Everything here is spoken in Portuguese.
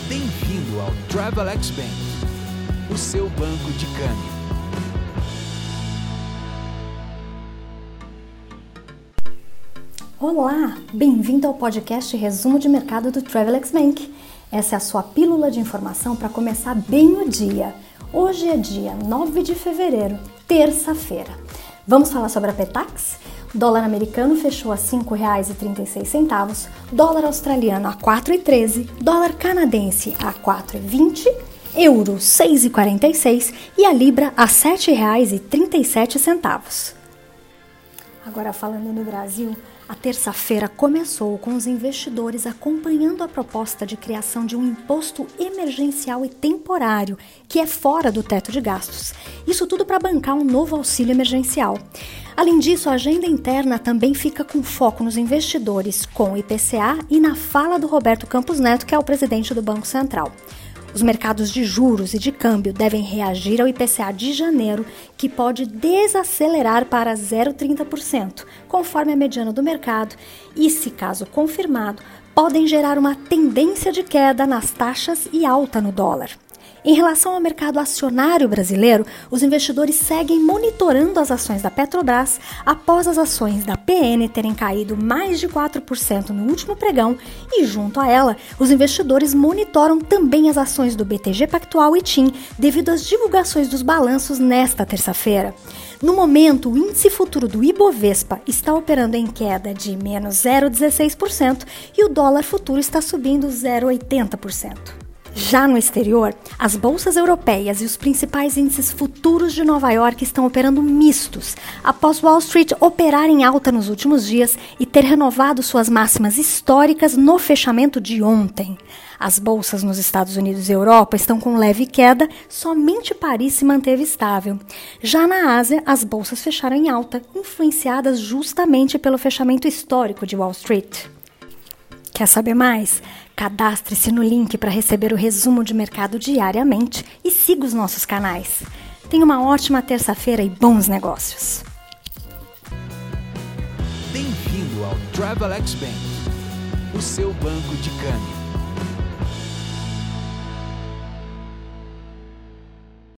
Bem-vindo ao Travelex Bank, o seu banco de câmbio. Olá, bem-vindo ao podcast Resumo de Mercado do Travelex Bank. Essa é a sua pílula de informação para começar bem o dia. Hoje é dia 9 de fevereiro, terça-feira. Vamos falar sobre a Petax? O dólar americano fechou a R$ 5,36, dólar australiano a 4,13, dólar canadense a 4,20, euro 6,46 e a libra a R$ 7,37. Agora falando no Brasil, a terça-feira começou com os investidores acompanhando a proposta de criação de um imposto emergencial e temporário, que é fora do teto de gastos. Isso tudo para bancar um novo auxílio emergencial. Além disso, a agenda interna também fica com foco nos investidores, com o IPCA e na fala do Roberto Campos Neto, que é o presidente do Banco Central. Os mercados de juros e de câmbio devem reagir ao IPCA de janeiro, que pode desacelerar para 0,30%, conforme a mediana do mercado, e, se caso confirmado, podem gerar uma tendência de queda nas taxas e alta no dólar. Em relação ao mercado acionário brasileiro, os investidores seguem monitorando as ações da Petrobras após as ações da PN terem caído mais de 4% no último pregão e, junto a ela, os investidores monitoram também as ações do BTG Pactual e TIM devido às divulgações dos balanços nesta terça-feira. No momento, o índice futuro do Ibovespa está operando em queda de menos 0,16% e o dólar futuro está subindo 0,80%. Já no exterior, as bolsas europeias e os principais índices futuros de Nova York estão operando mistos, após Wall Street operar em alta nos últimos dias e ter renovado suas máximas históricas no fechamento de ontem. As bolsas nos Estados Unidos e Europa estão com leve queda, somente Paris se manteve estável. Já na Ásia, as bolsas fecharam em alta, influenciadas justamente pelo fechamento histórico de Wall Street. Quer saber mais? Cadastre-se no link para receber o resumo de mercado diariamente e siga os nossos canais. Tenha uma ótima terça-feira e bons negócios. Bem-vindo ao Travelex Bank, o seu banco de câmbio.